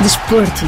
Desporto.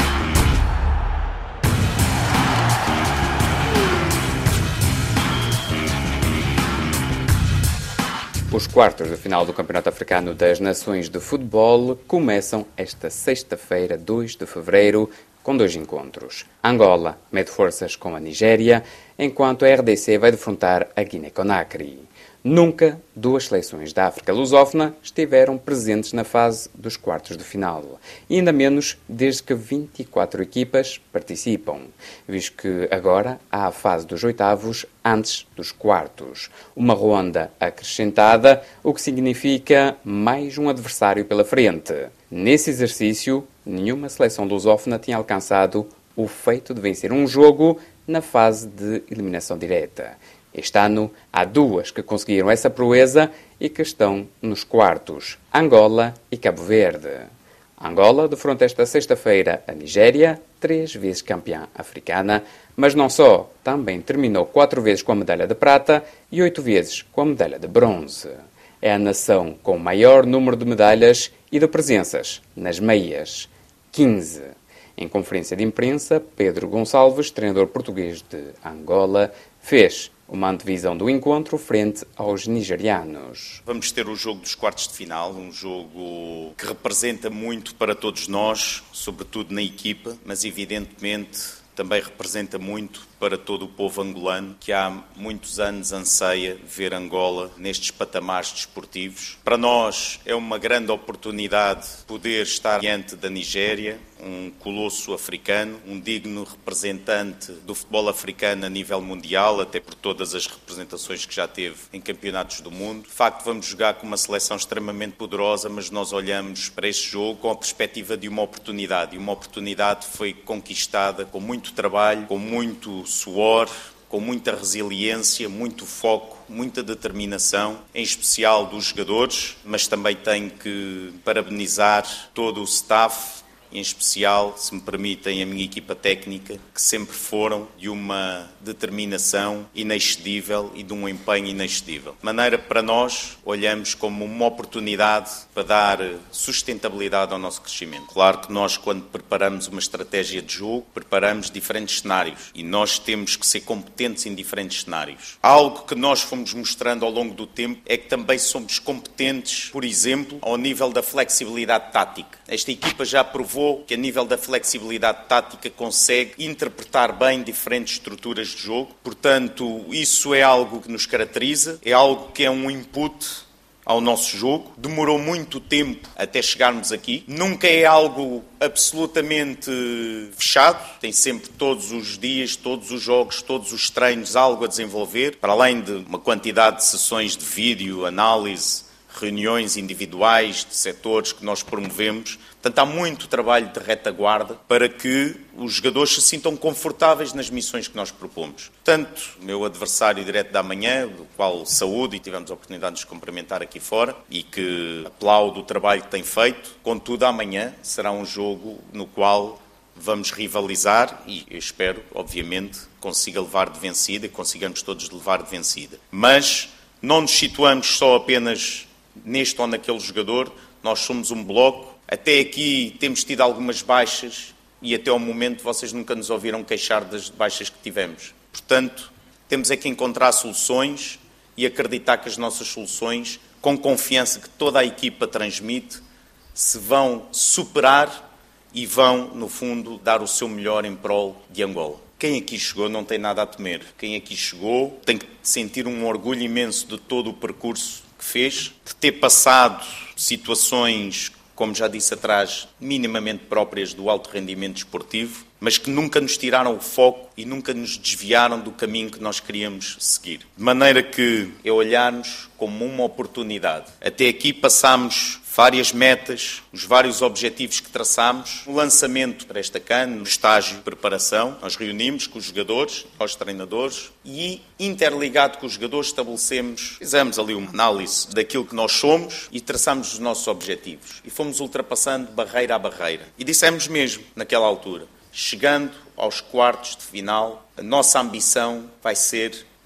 Os quartos de final do Campeonato Africano das Nações de Futebol começam esta sexta-feira, 2 de fevereiro, com 2 encontros. Angola mede forças com a Nigéria, enquanto a RDC vai defrontar a Guiné-Conakry. Nunca duas seleções da África lusófona estiveram presentes na fase dos quartos de final. E ainda menos desde que 24 equipas participam, visto que agora há a fase dos oitavos antes dos quartos. Uma ronda acrescentada, o que significa mais um adversário pela frente. Nesse exercício, nenhuma seleção lusófona tinha alcançado o feito de vencer um jogo na fase de eliminação direta. Este ano, há duas que conseguiram essa proeza e que estão nos quartos: Angola e Cabo Verde. Angola defronta esta sexta-feira a Nigéria, 3 vezes campeã africana, mas não só, também terminou 4 vezes com a medalha de prata e 8 vezes com a medalha de bronze. É a nação com o maior número de medalhas e de presenças nas meias, 15. Em conferência de imprensa, Pedro Gonçalves, treinador português de Angola, fez uma antevisão do encontro frente aos nigerianos. Vamos ter o jogo dos quartos de final, um jogo que representa muito para todos nós, sobretudo na equipa, mas evidentemente também representa muito para todo o povo angolano, que há muitos anos anseia ver Angola nestes patamares desportivos. Para nós é uma grande oportunidade poder estar diante da Nigéria, um colosso africano, um digno representante do futebol africano a nível mundial, até por todas as representações que já teve em campeonatos do mundo. De facto, vamos jogar com uma seleção extremamente poderosa, mas nós olhamos para este jogo com a perspectiva de uma oportunidade. E uma oportunidade foi conquistada com muito trabalho, com muito suor, com muita resiliência, muito foco, muita determinação, em especial dos jogadores, mas também tenho que parabenizar todo o staff, em especial, se me permitem, a minha equipa técnica, que sempre foram de uma determinação inexcedível e de um empenho inexcedível. De maneira que para nós olhamos como uma oportunidade para dar sustentabilidade ao nosso crescimento. Claro que nós, quando preparamos uma estratégia de jogo, preparamos diferentes cenários e nós temos que ser competentes em diferentes cenários. Algo que nós fomos mostrando ao longo do tempo é que também somos competentes, por exemplo, ao nível da flexibilidade tática. Esta equipa já provou que a nível da flexibilidade tática consegue interpretar bem diferentes estruturas de jogo. Portanto, isso é algo que nos caracteriza, é algo que é um input ao nosso jogo. Demorou muito tempo até chegarmos aqui. Nunca é algo absolutamente fechado. Tem sempre todos os dias, todos os jogos, todos os treinos algo a desenvolver. Para além de uma quantidade de sessões de vídeo, análise, reuniões individuais de setores que nós promovemos. Portanto, há muito trabalho de retaguarda para que os jogadores se sintam confortáveis nas missões que nós propomos. Portanto, o meu adversário direto da manhã, do qual saúdo e tivemos a oportunidade de nos cumprimentar aqui fora e que aplaudo o trabalho que tem feito, contudo, amanhã será um jogo no qual vamos rivalizar e eu espero, obviamente, consiga levar de vencida e consigamos todos levar de vencida. Mas não nos situamos só apenas neste ou naquele jogador, nós somos um bloco. Até aqui temos tido algumas baixas e até ao momento vocês nunca nos ouviram queixar das baixas que tivemos. Portanto, temos é que encontrar soluções e acreditar que as nossas soluções, com confiança que toda a equipa transmite, se vão superar e vão, no fundo, dar o seu melhor em prol de Angola. Quem aqui chegou não tem nada a temer. Quem aqui chegou tem que sentir um orgulho imenso de todo o percurso que fez, de ter passado situações, como já disse atrás, minimamente próprias do alto rendimento desportivo, mas que nunca nos tiraram o foco e nunca nos desviaram do caminho que nós queríamos seguir. De maneira que é olharmos como uma oportunidade. Até aqui passámos várias metas, os vários objetivos que traçámos. No lançamento para esta CAN, no estágio de preparação, nós reunimos com os jogadores, os treinadores e, interligado com os jogadores, fizemos ali uma análise daquilo que nós somos e traçámos os nossos objetivos. E fomos ultrapassando barreira a barreira. E dissemos mesmo, naquela altura, chegando aos quartos de final, a nossa ambição vai ser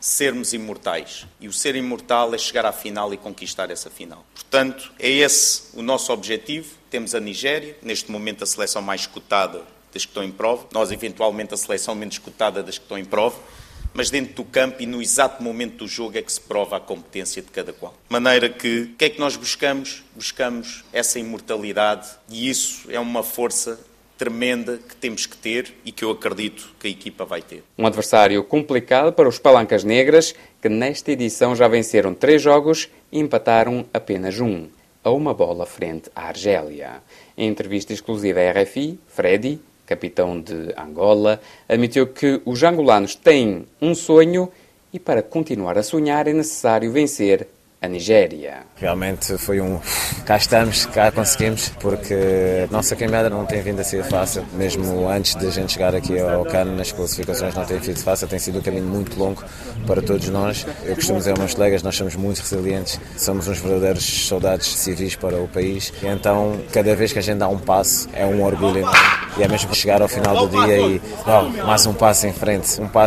sermos imortais. E o ser imortal é chegar à final e conquistar essa final. Portanto, é esse o nosso objetivo. Temos a Nigéria, neste momento a seleção mais cotada das que estão em prova. Nós, eventualmente, a seleção menos cotada das que estão em prova. Mas dentro do campo e no exato momento do jogo é que se prova a competência de cada qual. De maneira que, o que é que nós buscamos? Buscamos essa imortalidade e isso é uma força tremenda que temos que ter e que eu acredito que a equipa vai ter. Um adversário complicado para os Palancas Negras, que nesta edição já venceram 3 jogos e empataram apenas 1, a uma bola frente à Argélia. Em entrevista exclusiva à RFI, Freddy, capitão de Angola, admitiu que os angolanos têm um sonho e para continuar a sonhar é necessário vencer a Nigéria. Realmente foi cá estamos, cá conseguimos, porque a nossa caminhada não tem vindo a ser fácil. Mesmo antes de a gente chegar aqui ao CAN, nas classificações não tem sido fácil, tem sido um caminho muito longo para todos nós. Eu costumo dizer aos meus colegas, nós somos muito resilientes, somos uns verdadeiros soldados civis para o país. E então, cada vez que a gente dá um passo, é um orgulho enorme. E é mesmo chegar ao final do dia e mais um passo em frente.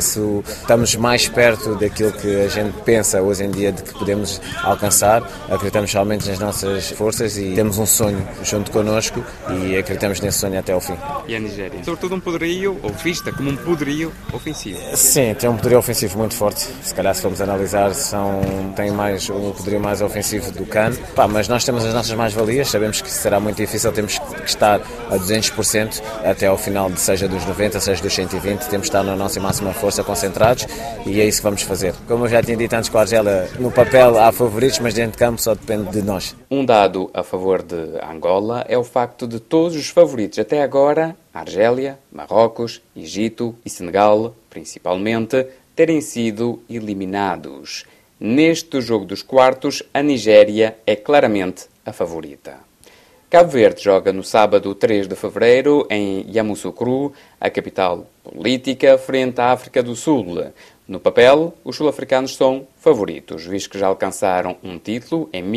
Estamos mais perto daquilo que a gente pensa hoje em dia de que podemos alcançar. Acreditamos realmente nas nossas forças e temos um sonho junto connosco e acreditamos nesse sonho até ao fim. E a Nigéria? Sobretudo um poderio, ou vista como um poderio ofensivo. Sim, tem um poderio ofensivo muito forte. Se calhar se formos analisar, tem um poderio mais ofensivo do CAN. Mas nós temos as nossas mais-valias, sabemos que será muito difícil, temos que estar a 200% até ao final, seja dos 90, seja dos 120, temos que estar na nossa máxima força concentrados e é isso que vamos fazer. Como eu já tinha dito antes com a Argélia, no papel há favoritos, mas dentro de campo só depende de nós. Um dado a favor de Angola é o facto de todos os favoritos até agora, Argélia, Marrocos, Egito e Senegal, principalmente, terem sido eliminados. Neste jogo dos quartos, a Nigéria é claramente a favorita. Cabo Verde joga no sábado 3 de fevereiro em Yamoussoukro, a capital política, frente à África do Sul. No papel, os sul-africanos são favoritos, visto que já alcançaram um título em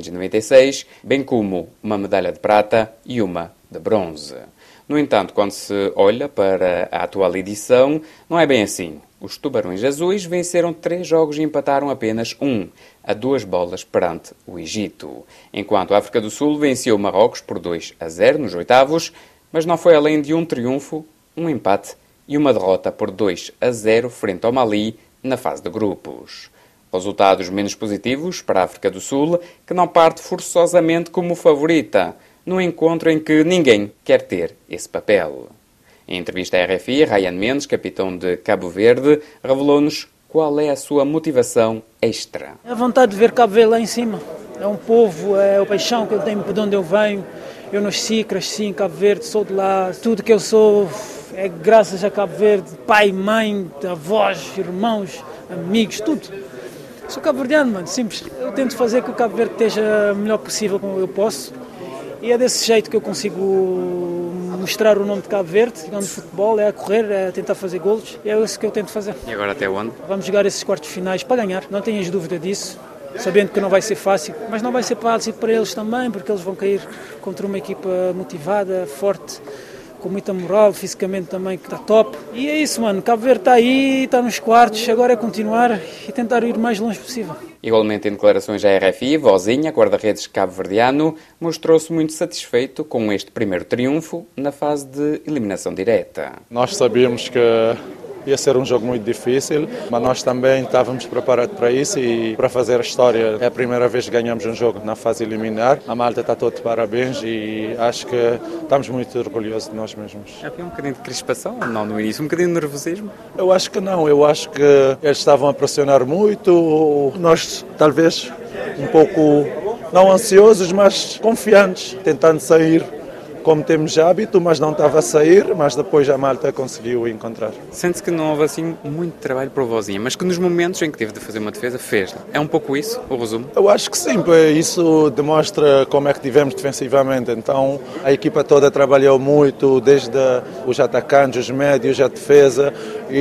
1996, bem como uma medalha de prata e uma de bronze. No entanto, quando se olha para a atual edição, não é bem assim. Os Tubarões Azuis venceram 3 jogos e empataram apenas 1, a 2 bolas perante o Egito. Enquanto a África do Sul venceu o Marrocos por 2-0 nos oitavos, mas não foi além de um triunfo, um empate e uma derrota por 2-0 frente ao Mali na fase de grupos. Resultados menos positivos para a África do Sul, que não parte forçosamente como favorita, num encontro em que ninguém quer ter esse papel. Em entrevista à RFI, Ryan Mendes, capitão de Cabo Verde, revelou-nos qual é a sua motivação extra. É a vontade de ver Cabo Verde lá em cima. É um povo, é a paixão que eu tenho por onde eu venho. Eu nasci, cresci em Cabo Verde, sou de lá. Tudo que eu sou é graças a Cabo Verde. Pai, mãe, avós, irmãos, amigos, tudo. Sou cabo-verdiano, mano, simples. Eu tento fazer que o Cabo Verde esteja o melhor possível como eu posso. E é desse jeito que eu consigo mostrar o nome de Cabo Verde, jogando futebol, é a correr, é a tentar fazer golos, e é isso que eu tento fazer. E agora até onde? Vamos jogar esses quartos finais para ganhar, não tenhas dúvida disso, sabendo que não vai ser fácil, mas não vai ser fácil para eles também, porque eles vão cair contra uma equipa motivada, forte, com muita moral, fisicamente também, que está top. E é isso, mano, Cabo Verde está aí, está nos quartos, agora é continuar e tentar ir o mais longe possível. Igualmente em declarações à RFI, Vozinha, guarda-redes cabo-verdiano, mostrou-se muito satisfeito com este primeiro triunfo na fase de eliminação direta. Nós sabíamos que ia ser um jogo muito difícil, mas nós também estávamos preparados para isso e para fazer a história. É a primeira vez que ganhamos um jogo na fase eliminar. A malta está toda de parabéns e acho que estamos muito orgulhosos de nós mesmos. Havia um bocadinho de crispação, não no início, um bocadinho de nervosismo? Eu acho que não, eu acho que eles estavam a pressionar muito, nós talvez um pouco, não ansiosos, mas confiantes, tentando sair como temos hábito, mas não estava a sair, mas depois a malta conseguiu encontrar. Sente-se que não houve assim muito trabalho para o Vozinha, mas que nos momentos em que teve de fazer uma defesa, fez. É um pouco isso, o resumo? Eu acho que sim, isso demonstra como é que tivemos defensivamente. Então a equipa toda trabalhou muito, desde os atacantes, os médios, a defesa,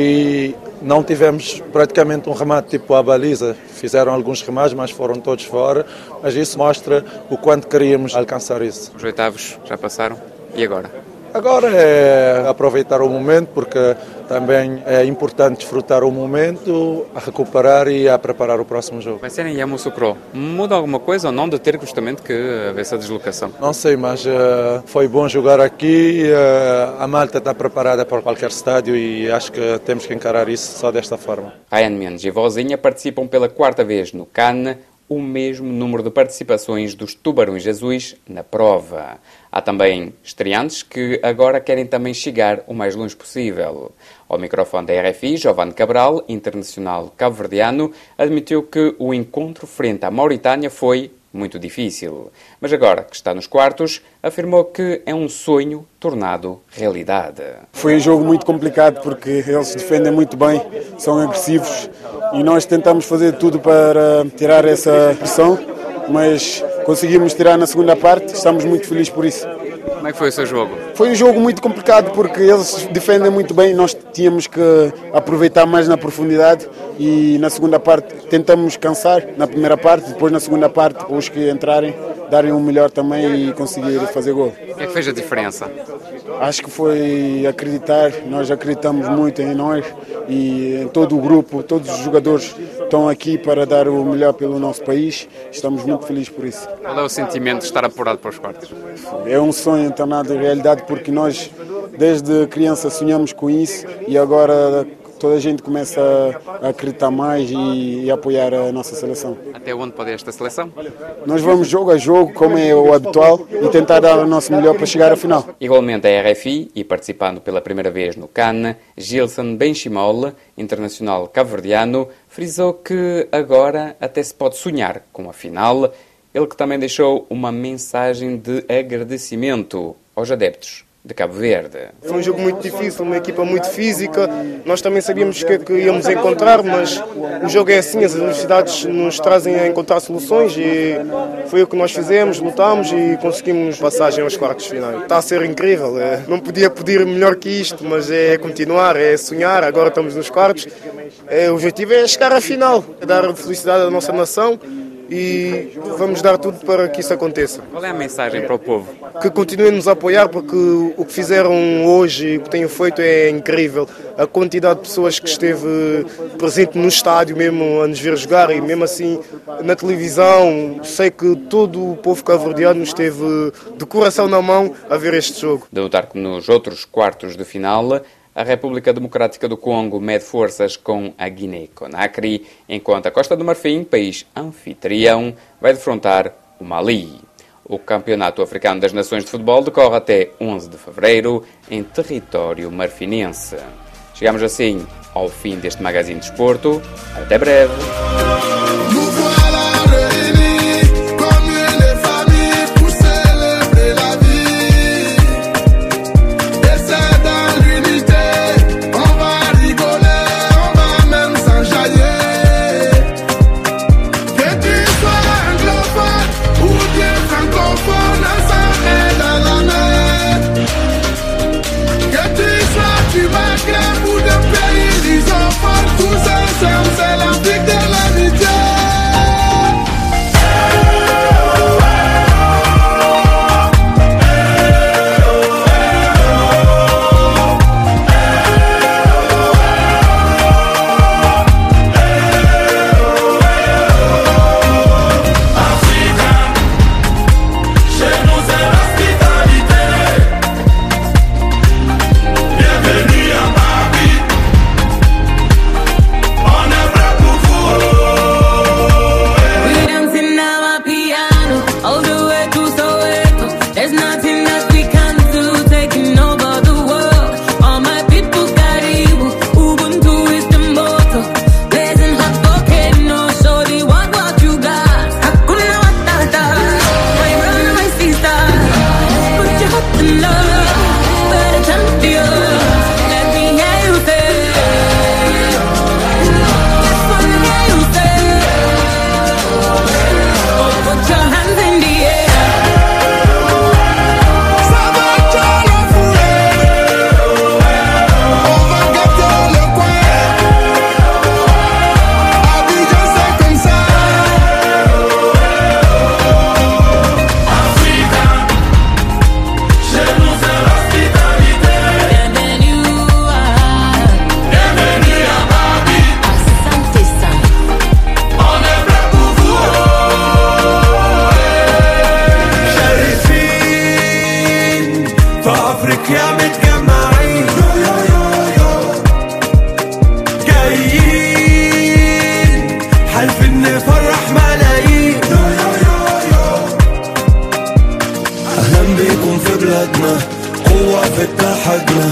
e não tivemos praticamente um remate tipo à baliza. Fizeram alguns remates, mas foram todos fora. Mas isso mostra o quanto queríamos alcançar isso. Os oitavos já passaram. E agora? Agora é aproveitar o momento, porque também é importante desfrutar o momento, a recuperar e a preparar o próximo jogo. Vai ser em Yamoussoukro. Muda alguma coisa ou não de ter justamente que haver essa deslocação? Não sei, mas foi bom jogar aqui. A Malta está preparada para qualquer estádio e acho que temos que encarar isso só desta forma. Ryan Mendes e Vozinha participam pela 4ª vez no CAN, o mesmo número de participações dos Tubarões Azuis na prova. Há também estreantes que agora querem também chegar o mais longe possível. Ao microfone da RFI, Giovanni Cabral, internacional cabo-verdiano, admitiu que o encontro frente à Mauritânia foi muito difícil. Mas agora que está nos quartos, afirmou que é um sonho tornado realidade. Foi um jogo muito complicado porque eles defendem muito bem, são agressivos e nós tentamos fazer tudo para tirar essa pressão, mas conseguimos tirar na segunda parte, estamos muito felizes por isso. Como é que foi o seu jogo? Foi um jogo muito complicado porque eles defendem muito bem, nós tínhamos que aproveitar mais na profundidade e na segunda parte tentamos cansar na primeira parte, depois na segunda parte os que entrarem darem o melhor também e conseguir fazer gol. O que é que fez a diferença? Acho que foi acreditar, nós acreditamos muito em nós e em todo o grupo, todos os jogadores estão aqui para dar o melhor pelo nosso país, estamos muito felizes por isso. Qual é o sentimento de estar apurado para os quartos? É um sonho tornado realidade porque nós desde criança sonhamos com isso e agora toda a gente começa a acreditar mais e apoiar a nossa seleção. Até onde pode ir esta seleção? Nós vamos jogo a jogo, como é o habitual, e tentar dar o nosso melhor para chegar à final. Igualmente a RFI, e participando pela primeira vez no CAN, Gilson Benchimol, internacional cabo-verdiano, frisou que agora até se pode sonhar com a final, ele que também deixou uma mensagem de agradecimento aos adeptos de Cabo Verde. Foi um jogo muito difícil, uma equipa muito física, nós também sabíamos que íamos encontrar, mas o jogo é assim, as adversidades nos trazem a encontrar soluções e foi o que nós fizemos, lutámos e conseguimos passagem aos quartos finais. Está a ser incrível, não podia pedir melhor que isto, mas é continuar, é sonhar, agora estamos nos quartos, o objetivo é chegar à final, é dar felicidade à nossa nação e vamos dar tudo para que isso aconteça. Qual é a mensagem para o povo? Que continuem a nos apoiar porque o que fizeram hoje, o que têm feito é incrível. A quantidade de pessoas que esteve presente no estádio mesmo a nos ver jogar e mesmo assim na televisão, sei que todo o povo cabo-verdiano esteve de coração na mão a ver este jogo. De notar que nos outros quartos de final, a República Democrática do Congo mede forças com a Guiné-Conakry, enquanto a Costa do Marfim, país anfitrião, vai defrontar o Mali. O Campeonato Africano das Nações de Futebol decorre até 11 de fevereiro em território marfinense. Chegamos assim ao fim deste Magazine de Desporto. Até breve! Tous ensemble, c'est l'Afrique de l'amitié. افريقيا متجمعين جايين حالفين نفرح ملايين اهلا بيكم في بلادنا قوة في اتحادنا